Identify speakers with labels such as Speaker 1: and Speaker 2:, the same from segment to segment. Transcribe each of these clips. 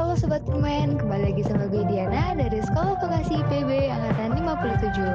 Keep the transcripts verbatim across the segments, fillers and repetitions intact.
Speaker 1: Halo Sobat Permen, kembali lagi sama gue Diana dari Sekolah Vokasi I P B Angkatan lima puluh tujuh.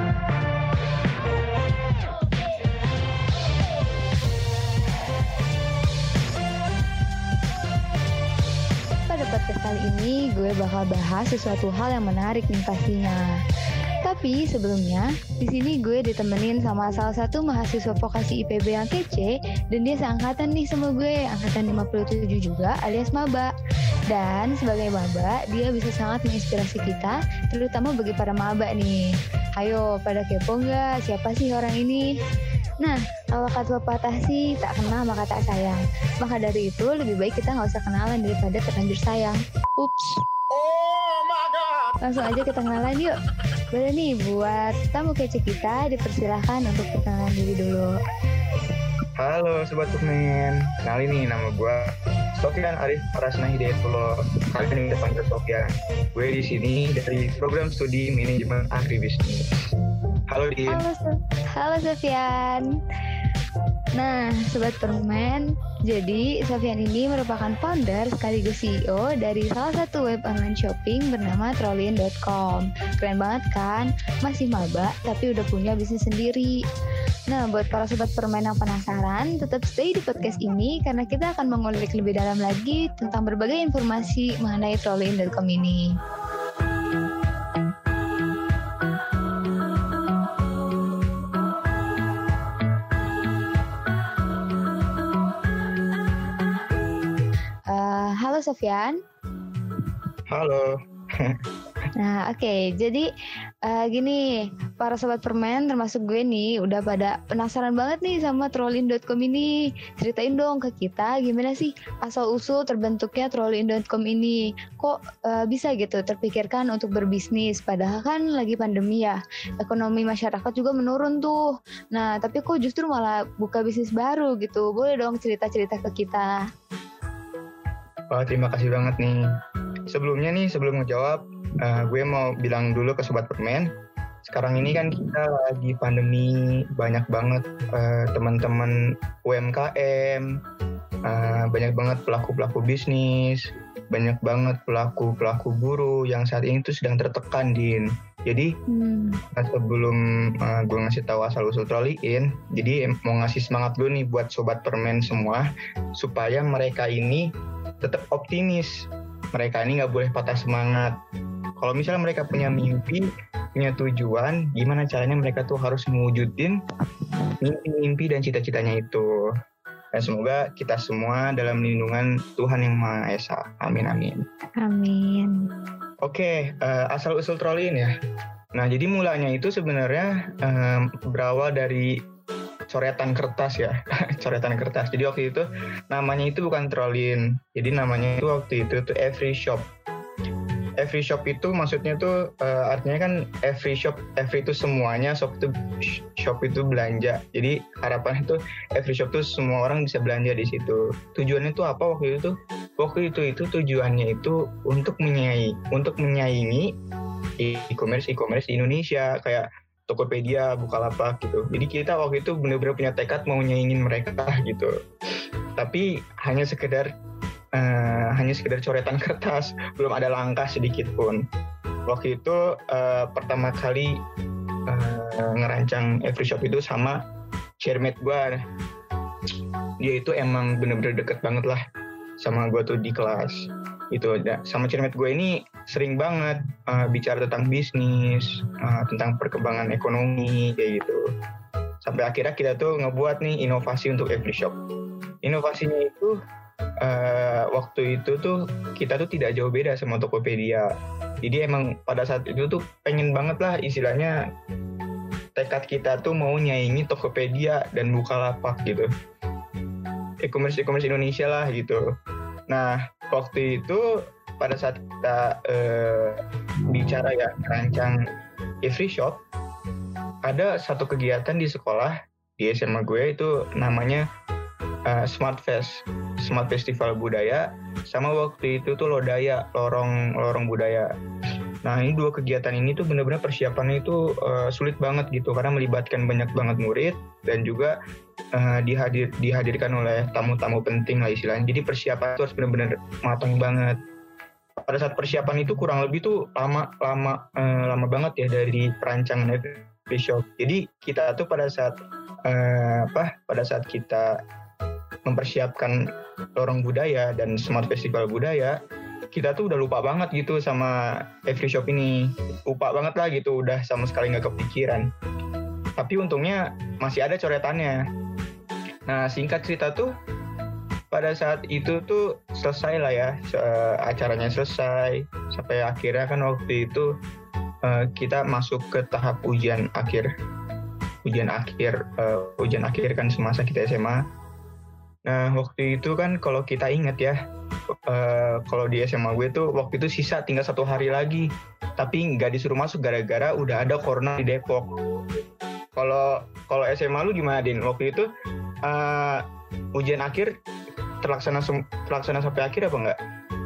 Speaker 1: Pada podcast kali ini gue bakal bahas sesuatu hal yang menarik nih pastinya. Tapi sebelumnya, di sini gue ditemenin sama salah satu mahasiswa vokasi I P B yang kece, dan dia seangkatan nih sama gue, angkatan lima puluh tujuh juga alias maba. Dan sebagai maba, dia bisa sangat menginspirasi kita, terutama bagi para maba nih. Ayo, pada kepo nggak? Siapa sih orang ini? Nah, kalau kata pepatah sih, tak kenal maka tak sayang. Maka dari itu, lebih baik kita nggak usah kenalan daripada terlanjur sayang. Ups.
Speaker 2: Oh my God.
Speaker 1: Langsung aja kita kenalan yuk. Boleh nih, buat tamu kece kita, dipersilahkan untuk perkenalan diri dulu.
Speaker 2: Halo Sobat Permen, kenalin nih nama gue Sofyan Arif Prasna Hidayatullah. Kalian yang dipanggil Sofyan. Gue di sini dari program studi manajemen agribisnis. Halo Din.
Speaker 1: Halo, So- Halo Sofyan. Nah, Sobat Permen, jadi Sofyan ini merupakan founder sekaligus C E O dari salah satu web online shopping bernama trollyin dot com. Keren banget kan? Masih maba tapi udah punya bisnis sendiri. Nah, buat para Sobat Permen yang penasaran, tetap stay di podcast ini karena kita akan mengulik lebih dalam lagi tentang berbagai informasi mengenai trollyin dot com ini. Uh, halo Sofyan.
Speaker 2: Halo.
Speaker 1: Nah, oke. Okay. Jadi uh, gini, para Sobat Permen termasuk gue nih udah pada penasaran banget nih sama trollyin dot com ini. Ceritain dong ke kita gimana sih asal-usul terbentuknya trollyin dot com ini. Kok uh, bisa gitu terpikirkan untuk berbisnis padahal kan lagi pandemi ya. Ekonomi masyarakat juga menurun tuh. Nah, tapi kok justru malah buka bisnis baru gitu. Boleh dong cerita-cerita ke kita.
Speaker 2: Wah, terima kasih banget nih. Sebelumnya nih, sebelum ngejawab, uh, gue mau bilang dulu ke Sobat Permen. Sekarang ini kan kita lagi pandemi, banyak banget uh, teman-teman U M K M, uh, banyak banget pelaku-pelaku bisnis, banyak banget pelaku-pelaku buruh yang saat ini tuh sedang tertekan, Din. Jadi hmm. sebelum uh, gue ngasih tahu asal-usul trollyin, jadi mau ngasih semangat dulu nih buat Sobat Permen semua, supaya mereka ini tetap optimis. Mereka ini nggak boleh patah semangat. Kalau misalnya mereka punya mimpi, punya tujuan, gimana caranya mereka tuh harus mewujudin mimpi-mimpi dan cita-citanya itu. Dan semoga kita semua dalam lindungan Tuhan Yang Maha Esa. Amin, amin.
Speaker 1: Amin.
Speaker 2: Oke, uh, asal-usul trollyin ya. Nah, jadi mulanya itu sebenarnya um, berawal dari coretan kertas ya, coretan kertas. Jadi waktu itu namanya itu bukan trollyin. Jadi namanya itu waktu itu tuh every shop. Every shop itu maksudnya tuh uh, artinya kan every shop, every itu semuanya, shop itu shop itu belanja. Jadi harapan itu every shop tuh semua orang bisa belanja di situ. Tujuannya itu apa waktu itu? Waktu itu itu tujuannya itu untuk menyaingi, untuk menyaingi e-commerce e-commerce di Indonesia kayak Tokopedia, Bukalapak gitu. Jadi kita waktu itu benar-benar punya tekad mau nyaingin mereka gitu. Tapi hanya sekedar uh, hanya sekedar coretan kertas, belum ada langkah sedikit pun. Waktu itu uh, pertama kali uh, ngerancang every shop itu sama chairmate gue. Dia itu emang benar-benar deket banget lah sama gue tuh di kelas. Itu sama chairmate gue ini sering banget uh, bicara tentang bisnis, uh, tentang perkembangan ekonomi kayak gitu. Sampai akhirnya kita tuh ngebuat nih inovasi untuk every shop. Inovasinya itu uh, waktu itu tuh kita tuh tidak jauh beda sama Tokopedia. Jadi emang pada saat itu tuh pengen banget lah istilahnya tekad kita tuh mau nyaingi Tokopedia dan Bukalapak gitu. E-commerce e-commerce Indonesia lah gitu. Nah, waktu itu pada saat kita uh, bicara ya rancang every shop, ada satu kegiatan di sekolah di S M A gue itu namanya uh, Smart Fest, Smart Festival Budaya, sama waktu itu tuh Lodaya, lorong lorong budaya. Nah, ini dua kegiatan ini tuh benar-benar persiapannya itu uh, sulit banget gitu karena melibatkan banyak banget murid dan juga uh, dihadir dihadirkan oleh tamu-tamu penting lah istilahnya. Jadi persiapan itu harus benar-benar matang banget. pada saat persiapan itu kurang lebih tuh lama lama eh, lama banget ya dari perancangan Every Shop. Jadi kita tuh pada saat eh, apa pada saat kita mempersiapkan lorong budaya dan Smart Festival Budaya, kita tuh udah lupa banget gitu sama Every Shop ini. Lupa banget lah gitu, udah sama sekali nggak kepikiran. Tapi untungnya masih ada coretannya. Nah, singkat cerita tuh, pada saat itu tuh selesai lah ya, acaranya selesai. Sampai akhirnya kan waktu itu kita masuk ke tahap ujian akhir. Ujian akhir, ujian akhir kan semasa kita S M A. Nah, waktu itu kan kalau kita ingat ya, kalau di S M A gue tuh waktu itu sisa tinggal satu hari lagi. Tapi nggak disuruh masuk gara-gara udah ada corona di Depok. Kalau kalau S M A lu gimana, Din? Waktu itu uh, ujian akhir terlaksana terlaksana sampai akhir apa enggak?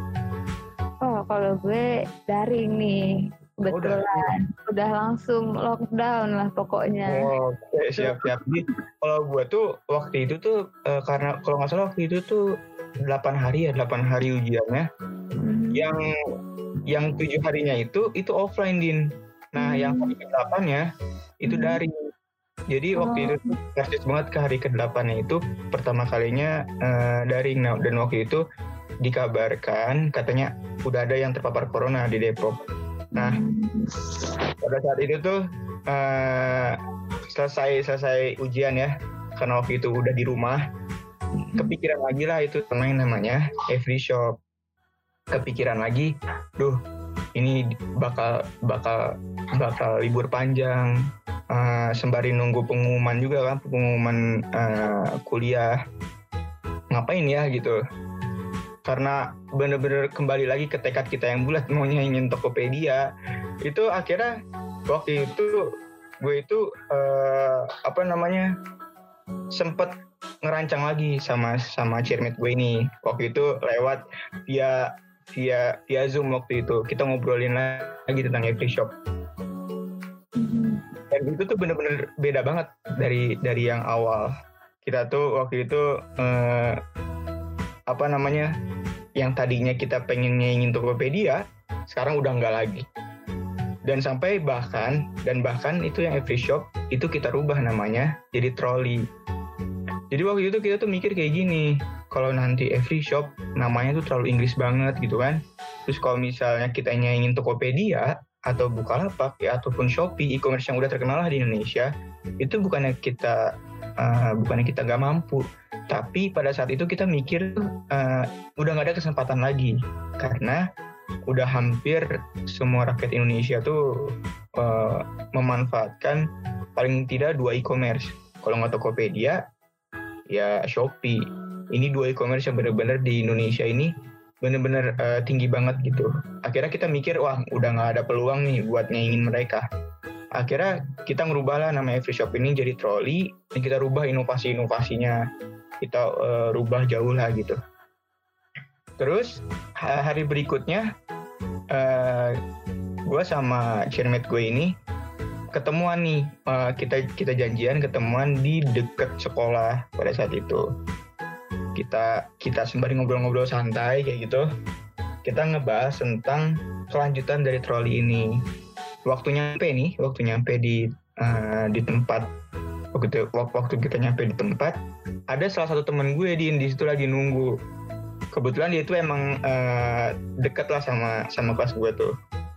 Speaker 1: Oh, kalau gue daring nih. Kebetulan. Oh, udah. udah langsung lockdown lah pokoknya.
Speaker 2: Oh, okay, siap-siap. Jadi kalau gue tuh waktu itu tuh uh, karena kalau nggak salah waktu itu tuh delapan hari ya, delapan hari ujiannya. Hmm. Yang yang tujuh harinya itu itu offline, Din. Nah, hmm. yang hari ke-delapan-nya itu hmm. daring. Jadi waktu oh. itu tuh persis banget ke hari ke-delapan-nya itu pertama kalinya uh, daring. Nah, dan waktu itu dikabarkan katanya udah ada yang terpapar corona di Depok. Nah, pada saat itu tuh uh, selesai selesai ujian ya, karena waktu itu udah di rumah. Kepikiran lagi lah itu teman yang namanya Every Shop. Kepikiran lagi, duh ini bakal bakal bakal libur panjang. Uh, sembari nunggu pengumuman juga kan, pengumuman uh, kuliah. Ngapain ya gitu. Karena bener-bener kembali lagi ke tekad kita yang bulat maunya ingin Tokopedia. Itu akhirnya waktu itu gue itu uh, apa namanya sempet ngerancang lagi sama sama chairmate gue ini. Waktu itu lewat via via via Zoom waktu itu. Kita ngobrolin lagi tentang Every Shop. Dan itu tuh bener-bener beda banget dari dari yang awal. Kita tuh waktu itu eh, apa namanya yang tadinya kita pengen ingin Tokopedia, sekarang udah nggak lagi. Dan sampai bahkan dan bahkan itu yang Every Shop itu kita rubah namanya jadi Trolli. Jadi waktu itu kita tuh mikir kayak gini, kalau nanti Every Shop namanya tuh terlalu Inggris banget gitu kan. Terus kalau misalnya kita ingin Tokopedia atau Bukalapak ya ataupun Shopee, e-commerce yang udah terkenal lah di Indonesia, itu bukannya kita uh, bukannya kita nggak mampu, tapi pada saat itu kita mikir uh, udah nggak ada kesempatan lagi karena udah hampir semua rakyat Indonesia tuh uh, memanfaatkan paling tidak dua e-commerce. Kalau nggak Tokopedia, ya Shopee. Ini dua e-commerce yang benar-benar di Indonesia ini benar-benar uh, tinggi banget gitu. Akhirnya kita mikir, wah udah nggak ada peluang nih buat nyaingin mereka. Akhirnya kita ngerubah lah nama Every Shop ini jadi Trolli, dan kita rubah inovasi-inovasinya. Kita uh, rubah jauh lah gitu. Terus hari berikutnya, uh, gue sama chairmate gue ini ketemuan nih. Uh, kita kita janjian ketemuan di deket sekolah pada saat itu. Kita kita sembari ngobrol-ngobrol santai kayak gitu, kita ngebahas tentang kelanjutan dari Trolli ini. Waktu nyampe nih, waktu nyampe di uh, di tempat, waktu waktu kita nyampe di tempat, ada salah satu teman gue di di situ lagi nunggu. Kebetulan dia itu emang uh, deket lah sama sama kelas gue tuh.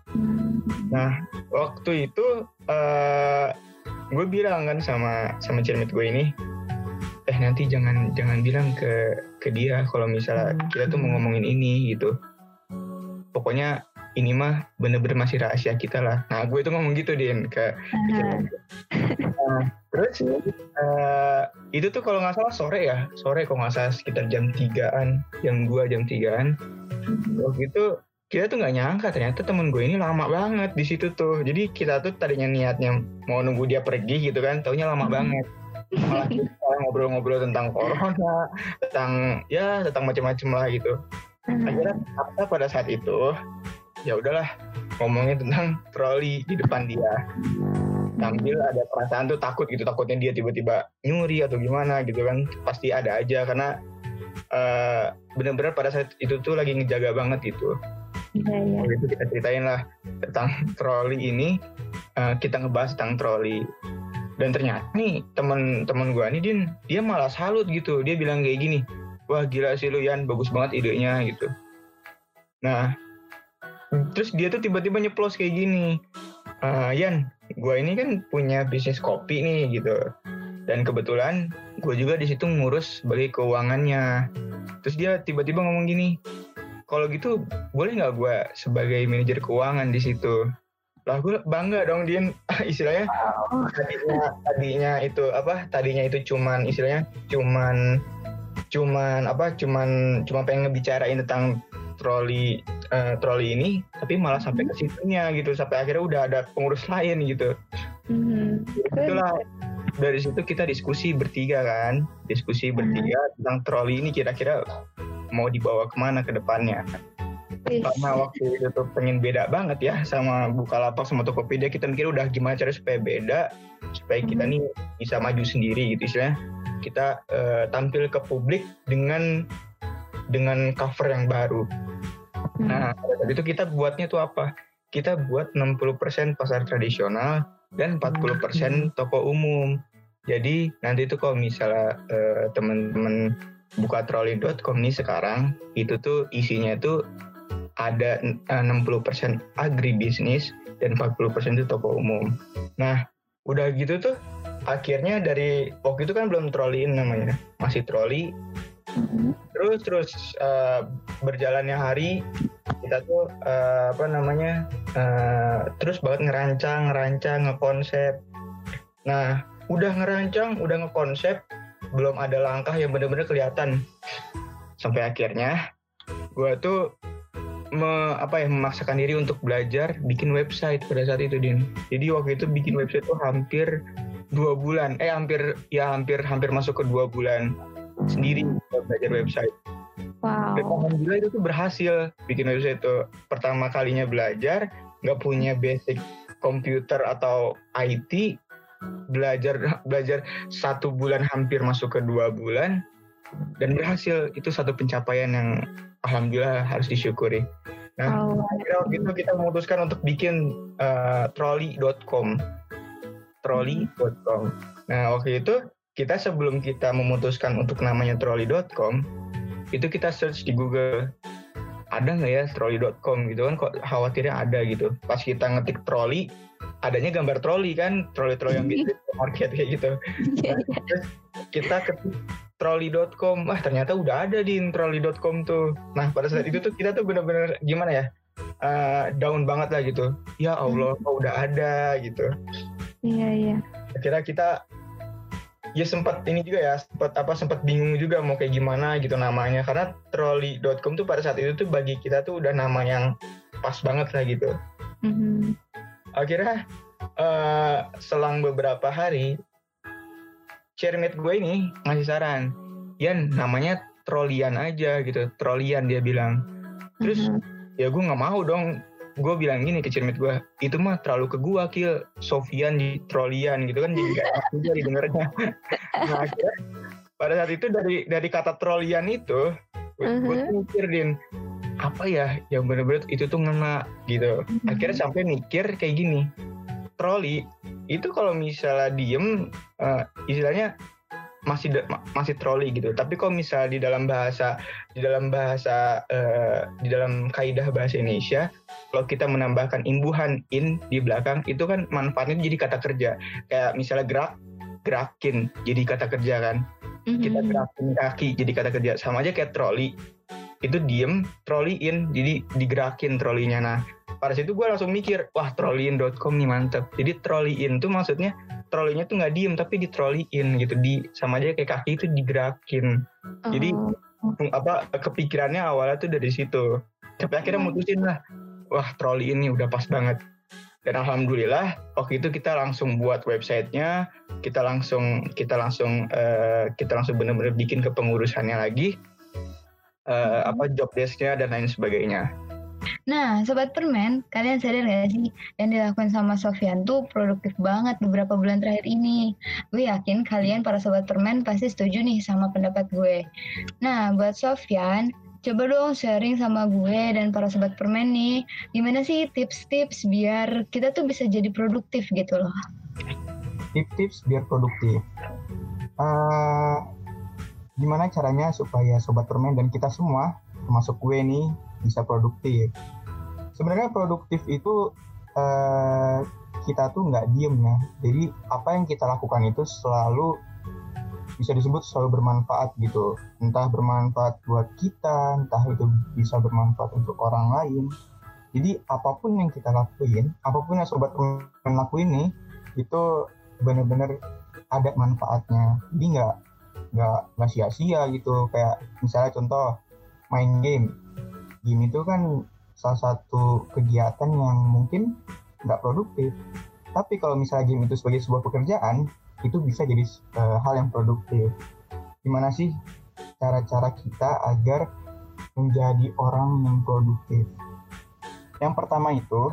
Speaker 2: Nah waktu itu uh, gue bilang kan sama sama chairmate gue ini, eh nanti jangan jangan bilang ke ke dia kalau misalnya kita tuh mau ngomongin ini gitu. Pokoknya ini mah bener-bener masih rahasia kita lah. Nah gue tuh ngomong gitu Din ke, ke nah, terus uh, itu tuh kalau nggak salah sore ya, sore kalau nggak salah sekitar jam tigaan, jam dua jam tigaan. Waktu itu kita tuh nggak nyangka ternyata temen gue ini lama banget di situ tuh. Jadi kita tuh tadinya niatnya mau nunggu dia pergi gitu kan, taunya lama banget. Malah kita ngobrol-ngobrol tentang corona, tentang ya tentang macam-macam lah gitu. Akhirnya kita pada saat itu ya udahlah ngomongin tentang Trolli di depan dia. Sambil ada perasaan tuh takut gitu, takutnya dia tiba-tiba nyuri atau gimana gitu kan. Pasti ada aja karena uh, benar-benar pada saat itu tuh lagi ngejaga banget gitu.
Speaker 1: Iya, iya.
Speaker 2: Waktu itu kita ceritain lah tentang troli ini, uh, kita ngebahas tentang troli. Dan ternyata nih teman-teman gue nih Din, dia malah salut gitu. Dia bilang kayak gini, wah gila sih lu Yan, bagus banget idenya gitu. Nah, terus dia tuh tiba-tiba nyeplos kayak gini, uh, Yan, gue ini kan punya bisnis kopi nih gitu. Dan kebetulan gue juga di situ ngurus sebagai keuangannya. Terus dia tiba-tiba ngomong gini, kalau gitu boleh nggak gue sebagai manajer keuangan di situ? Lah gue bangga dong Din, istilahnya tadinya tadinya itu apa? Tadinya itu cuman istilahnya cuman cuman apa? Cuman cuma pengen ngebicarain tentang troli uh, troli ini, tapi malah sampai ke situnya gitu, sampai akhirnya udah ada pengurus lain gitu.
Speaker 1: Hmm.
Speaker 2: Itulah dari situ kita diskusi bertiga kan, diskusi bertiga tentang troli ini kira-kira mau dibawa kemana ke depannya. Karena waktu itu tuh pengen beda banget ya sama Bukalapak sama Tokopedia, kita mikir udah gimana cara supaya beda, supaya kita nih bisa maju sendiri gitu istilahnya. Kita uh, tampil ke publik dengan dengan cover yang baru. Hmm. Nah, dari itu kita buatnya tuh apa? Kita buat enam puluh persen pasar tradisional dan empat puluh persen toko umum. Jadi nanti tuh kalau misalnya uh, teman-teman buka troli dot com nih sekarang, itu tuh isinya tuh ada enam puluh persen agribisnis dan empat puluh persen itu toko umum. Nah, udah gitu tuh akhirnya dari waktu itu kan belum troliin namanya, masih troli. Terus terus uh, berjalannya hari kita tuh uh, apa namanya uh, terus banget ngerancang, ngerancang, ngekonsep. Nah, udah ngerancang, udah ngekonsep, belum ada langkah yang benar-benar kelihatan. Sampai akhirnya gue tuh Me, apa ya memaksakan diri untuk belajar bikin website pada saat itu Din. Jadi waktu itu bikin website tuh hampir dua bulan, eh hampir ya hampir hampir masuk ke dua bulan sendiri belajar website.
Speaker 1: Wow.
Speaker 2: Dan alhamdulillah itu tuh berhasil bikin website itu. Pertama kalinya belajar, nggak punya basic komputer atau I T, belajar belajar satu bulan hampir masuk ke dua bulan dan berhasil. Itu satu pencapaian yang alhamdulillah harus disyukuri. Nah, oh, akhirnya waktu itu kita memutuskan untuk bikin uh, troli dot com. troli dot com. Nah, waktu itu kita sebelum kita memutuskan untuk namanya troli dot com, itu kita search di Google. Ada nggak ya troli dot com gitu kan, kok khawatirnya ada gitu. Pas kita ngetik troli, adanya gambar troli kan, troli-troli yang biasa di market kayak gitu. Nah, terus kita ketik troli dot com, wah ternyata udah ada di troli dot com tuh. Nah pada saat itu tuh kita tuh benar-benar gimana ya, uh, down banget lah gitu. Ya Allah, kok udah ada gitu.
Speaker 1: Iya iya.
Speaker 2: Akhirnya kita ya sempat ini juga ya, sempat apa sempat bingung juga mau kayak gimana gitu namanya, karena troli dot com tuh pada saat itu tuh bagi kita tuh udah nama yang pas banget lah gitu. Mm-hmm. Akhirnya uh, selang beberapa hari, chairmate gue ini ngasih saran, Yan namanya Trolian aja gitu, Trolian dia bilang. Terus uh-huh. ya gue nggak mau dong, gue bilang gini ke chairmate gue, itu mah terlalu ke gue Kil, Sofian di Trolian gitu kan, jadi nggak enak juga didengarnya. Nah akhirnya pada saat itu dari dari kata Trolian itu, uh-huh. gue mikir Din, apa ya yang benar-benar itu tuh ngena gitu. Uh-huh. Akhirnya sampai mikir kayak gini, troli itu kalau misalnya diem uh, istilahnya masih de- masih troli gitu. Tapi kalau misalnya di dalam bahasa di dalam bahasa uh, di dalam kaidah bahasa Indonesia, kalau kita menambahkan imbuhan in di belakang itu kan manfaatnya jadi kata kerja. Kayak misalnya gerak, gerakin jadi kata kerja kan. Mm-hmm. Kita gerakin kaki jadi kata kerja. Sama aja kayak troli. Itu diem, troliin jadi digerakin trolinya. Nah pada situ gue langsung mikir, wah troliin dot com nih mantep. Jadi troliin tuh maksudnya trolinya tuh nggak diem tapi ditroliin gitu, di sama aja kayak kaki itu digerakin. Oh. Jadi apa kepikirannya awalnya tuh dari situ. Tapi akhirnya mutusin lah, wah troliin nih udah pas banget. Dan alhamdulillah waktu itu kita langsung buat websitenya, kita langsung kita langsung uh, kita langsung benar-benar bikin kepengurusannya lagi, uh, apa job desk-nya dan lain sebagainya.
Speaker 1: Nah, Sobat Permen, kalian sadar gak sih yang dilakukan sama Sofyan tuh produktif banget beberapa bulan terakhir ini. Gue yakin kalian para Sobat Permen pasti setuju nih sama pendapat gue. Nah, buat Sofyan, Coba dong sharing sama gue dan para sobat permen nih, gimana sih tips-tips biar kita tuh bisa jadi produktif gitu loh.
Speaker 3: Tips-tips biar produktif. Uh, gimana caranya supaya sobat permen dan kita semua, termasuk gue nih, bisa produktif? Sebenarnya produktif itu uh, kita tuh nggak diem ya. Jadi apa yang kita lakukan itu selalu bisa disebut selalu bermanfaat gitu. Entah bermanfaat buat kita, entah itu bisa bermanfaat untuk orang lain. Jadi apapun yang kita lakuin, apapun yang sobat permen lakuin nih, itu benar-benar ada manfaatnya. Jadi nggak nggak nggak sia-sia gitu. Kayak misalnya contoh main game. Game itu kan salah satu kegiatan yang mungkin nggak produktif. Tapi kalau misalnya game itu sebagai sebuah pekerjaan, itu bisa jadi uh, hal yang produktif. Gimana sih cara-cara kita agar menjadi orang yang produktif? Yang pertama itu,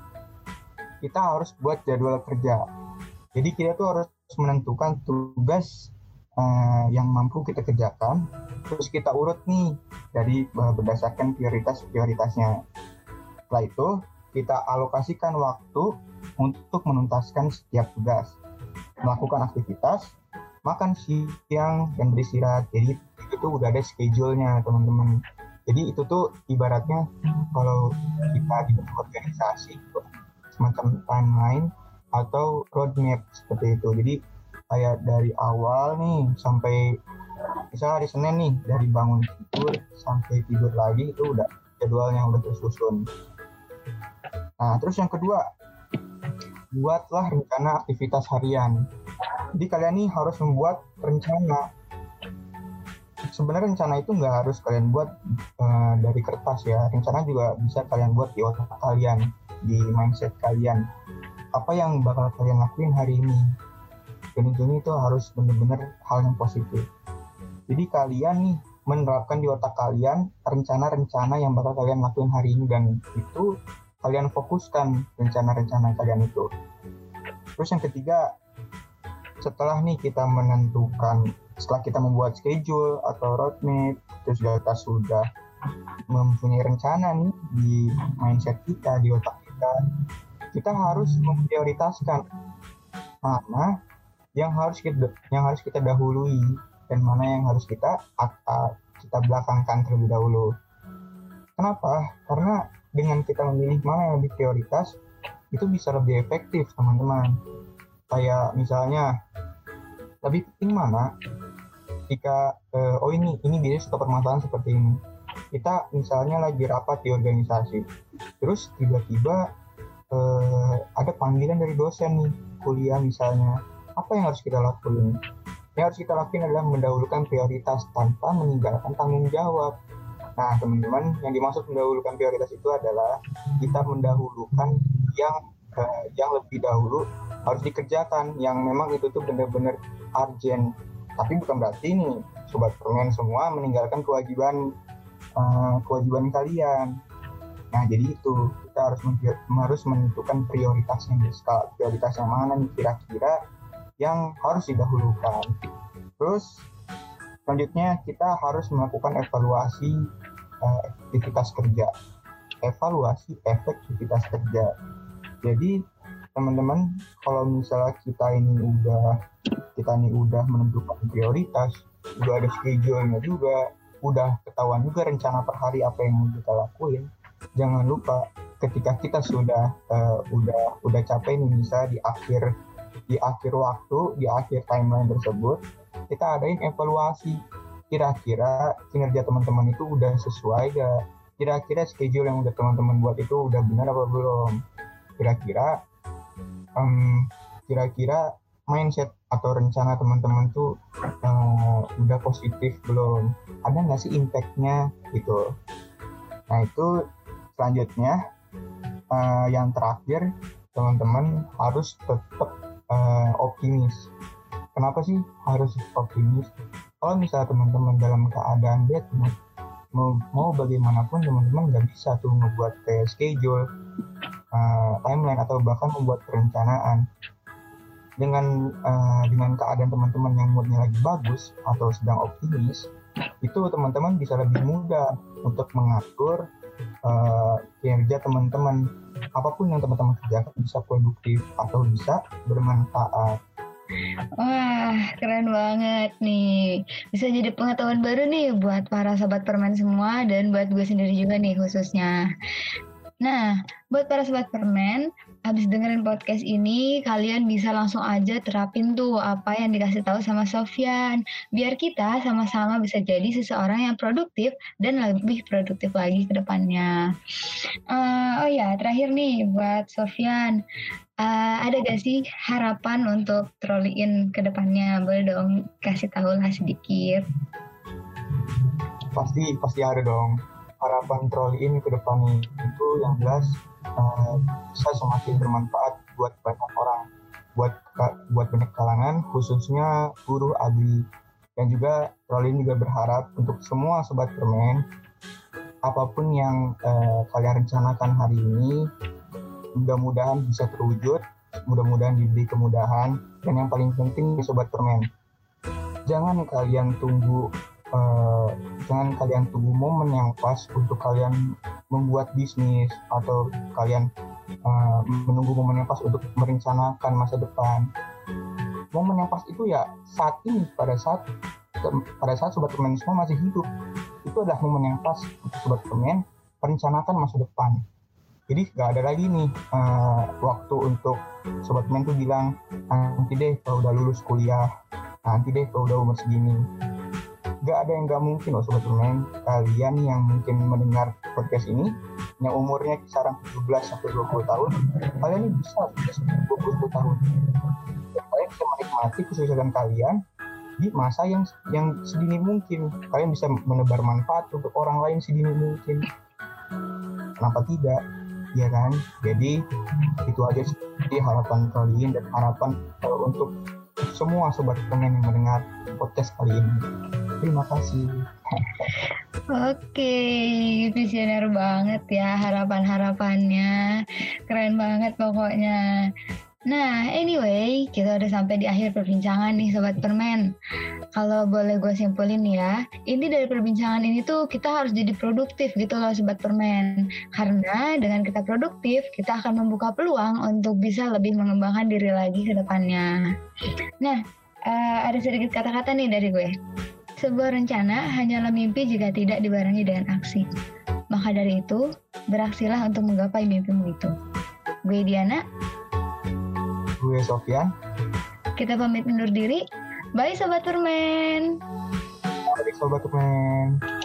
Speaker 3: kita harus buat jadwal kerja. Jadi kita tuh harus menentukan tugas uh, yang mampu kita kerjakan, terus kita urut nih dari uh, berdasarkan prioritas-prioritasnya. Setelah itu, kita alokasikan waktu untuk menuntaskan setiap tugas, melakukan aktivitas, makan siang, dan beristirahat. Jadi itu tuh udah ada schedule-nya teman-teman. Jadi itu tuh ibaratnya kalau kita di organisasi semacam timeline atau roadmap seperti itu. Jadi kayak dari awal nih sampai misalnya hari Senin nih, dari bangun tidur sampai tidur lagi itu udah jadwalnya udah tersusun. Nah terus yang kedua, buatlah rencana aktivitas harian. Jadi kalian nih harus membuat rencana. Sebenarnya rencana itu nggak harus kalian buat uh, dari kertas ya. Rencana juga bisa kalian buat di otak kalian, di mindset kalian. Apa yang bakal kalian lakuin hari ini? Dan ini itu harus benar-benar hal yang positif. Jadi kalian nih menerapkan di otak kalian rencana-rencana yang bakal kalian lakuin hari ini, dan itu kalian fokuskan rencana-rencana kalian itu. Terus yang ketiga, setelah nih kita menentukan, setelah kita membuat schedule atau roadmap, terus kita sudah mempunyai rencana nih di mindset kita, di otak kita, kita harus memprioritaskan mana yang harus kita yang harus kita dahului dan mana yang harus kita kita belakangkan terlebih dahulu. Kenapa? Karena dengan kita memilih mana yang lebih prioritas, itu bisa lebih efektif teman-teman. Kayak misalnya, lebih penting mana jika uh, oh ini ini biasanya suatu permasalahan seperti ini. Kita misalnya lagi rapat di organisasi, terus tiba-tiba uh, ada panggilan dari dosen nih, kuliah misalnya. Apa yang harus kita lakuin? Yang harus kita lakuin adalah mendahulukan prioritas tanpa meninggalkan tanggung jawab. Nah teman-teman, yang dimaksud mendahulukan prioritas itu adalah kita mendahulukan yang uh, yang lebih dahulu harus dikerjakan, yang memang itu tuh benar-benar urgent. Tapi bukan berarti nih sobat permen semua meninggalkan kewajiban uh, kewajiban kalian. Nah jadi itu kita harus harus menentukan prioritasnya, skala prioritas yang mana nih kira-kira yang harus didahulukan. Terus selanjutnya kita harus melakukan evaluasi uh, aktivitas kerja, evaluasi efektivitas kerja. Jadi teman-teman, kalau misalnya kita ini udah kita ini udah menentukan prioritas, udah ada schedule-nya juga, udah ketahuan juga rencana per hari apa yang mau kita lakuin, jangan lupa ketika kita sudah uh, udah udah capek nih, misalnya di akhir di akhir waktu, di akhir timeline tersebut, kita adain evaluasi. Kira-kira kinerja teman-teman itu udah sesuai gak? Kira-kira schedule yang udah teman-teman buat itu udah benar apa belum? Kira-kira um, kira-kira mindset atau rencana teman-teman tuh uh, udah positif belum? Ada nggak sih impact-nya gitu? Nah itu selanjutnya uh, yang terakhir, teman-teman harus tetap uh, optimis. Kenapa sih harus optimis? Kalau misalnya teman-teman dalam keadaan bad mood, mau, mau bagaimanapun teman-teman nggak bisa tuh membuat kayak schedule, uh, timeline, atau bahkan membuat perencanaan. Dengan uh, dengan keadaan teman-teman yang moodnya lagi bagus atau sedang optimis, itu teman-teman bisa lebih mudah untuk mengatur uh, kinerja teman-teman. Apapun yang teman-teman kerjakan bisa produktif atau bisa bermanfaat.
Speaker 1: Wah, keren banget nih. Bisa jadi pengetahuan baru nih buat para sobat permen semua dan buat gue sendiri juga nih khususnya. Nah, buat para sobat permen, habis dengerin podcast ini, kalian bisa langsung aja terapin tuh apa yang dikasih tahu sama Sofyan. Biar kita sama-sama bisa jadi seseorang yang produktif dan lebih produktif lagi ke depannya. Uh, oh ya, terakhir nih buat Sofyan. Uh, ada gak sih harapan untuk Trolleyin ke depannya? Boleh dong kasih tahu lah sedikit.
Speaker 3: Pasti, pasti ada dong. Harapan Trolleyin ke depannya itu yang jelas uh, bisa semakin bermanfaat buat banyak orang, buat buat banyak kalangan, khususnya buruh agri. Dan juga Trolleyin juga berharap untuk semua sobat permen, apapun yang uh, kalian rencanakan hari ini, mudah-mudahan bisa terwujud, mudah-mudahan diberi kemudahan, dan yang paling penting sobat permen, jangan kalian tunggu Uh, jangan kalian tunggu momen yang pas untuk kalian membuat bisnis atau kalian uh, menunggu momen yang pas untuk merencanakan masa depan. Momen yang pas itu ya saat ini, pada saat pada saat sobat permen semua masih hidup. Itu adalah momen yang pas untuk sobat permen merencanakan masa depan. Jadi nggak ada lagi nih uh, waktu untuk sobat permen tuh bilang nanti deh kalau udah lulus kuliah, nanti deh kalau udah umur segini. Gak ada yang gak mungkin loh sobat permen. Kalian yang mungkin mendengar podcast ini yang umurnya kisaran tujuh belas sampai dua puluh tahun, kalian ini bisa sudah dua puluh tahun. Dan kalian bisa menikmati kesuksesan kalian di masa yang yang sedini mungkin. Kalian bisa menebar manfaat untuk orang lain sedini mungkin. Kenapa tidak? Ya kan? Jadi itu aja sih harapan Trolleyin dan harapan uh, untuk semua sobat permen yang mendengar podcast kali ini. Terima kasih.
Speaker 1: Oke, visioner banget ya harapan-harapannya. Keren banget pokoknya. Nah, anyway, kita udah sampai di akhir perbincangan nih Sobat Permen. Kalau boleh gue simpulin ya, ini dari perbincangan ini tuh kita harus jadi produktif gitu loh Sobat Permen. Karena dengan kita produktif, kita akan membuka peluang untuk bisa lebih mengembangkan diri lagi ke depannya. Nah, uh, ada sedikit kata-kata nih dari gue. Sebuah rencana hanyalah mimpi jika tidak dibarengi dengan aksi. Maka dari itu, beraksilah untuk menggapai mimpimu itu. Gue Diana.
Speaker 3: Gue Sofyan.
Speaker 1: Kita pamit undur diri. Bye Sobat Permen.
Speaker 3: Bye Sobat Permen.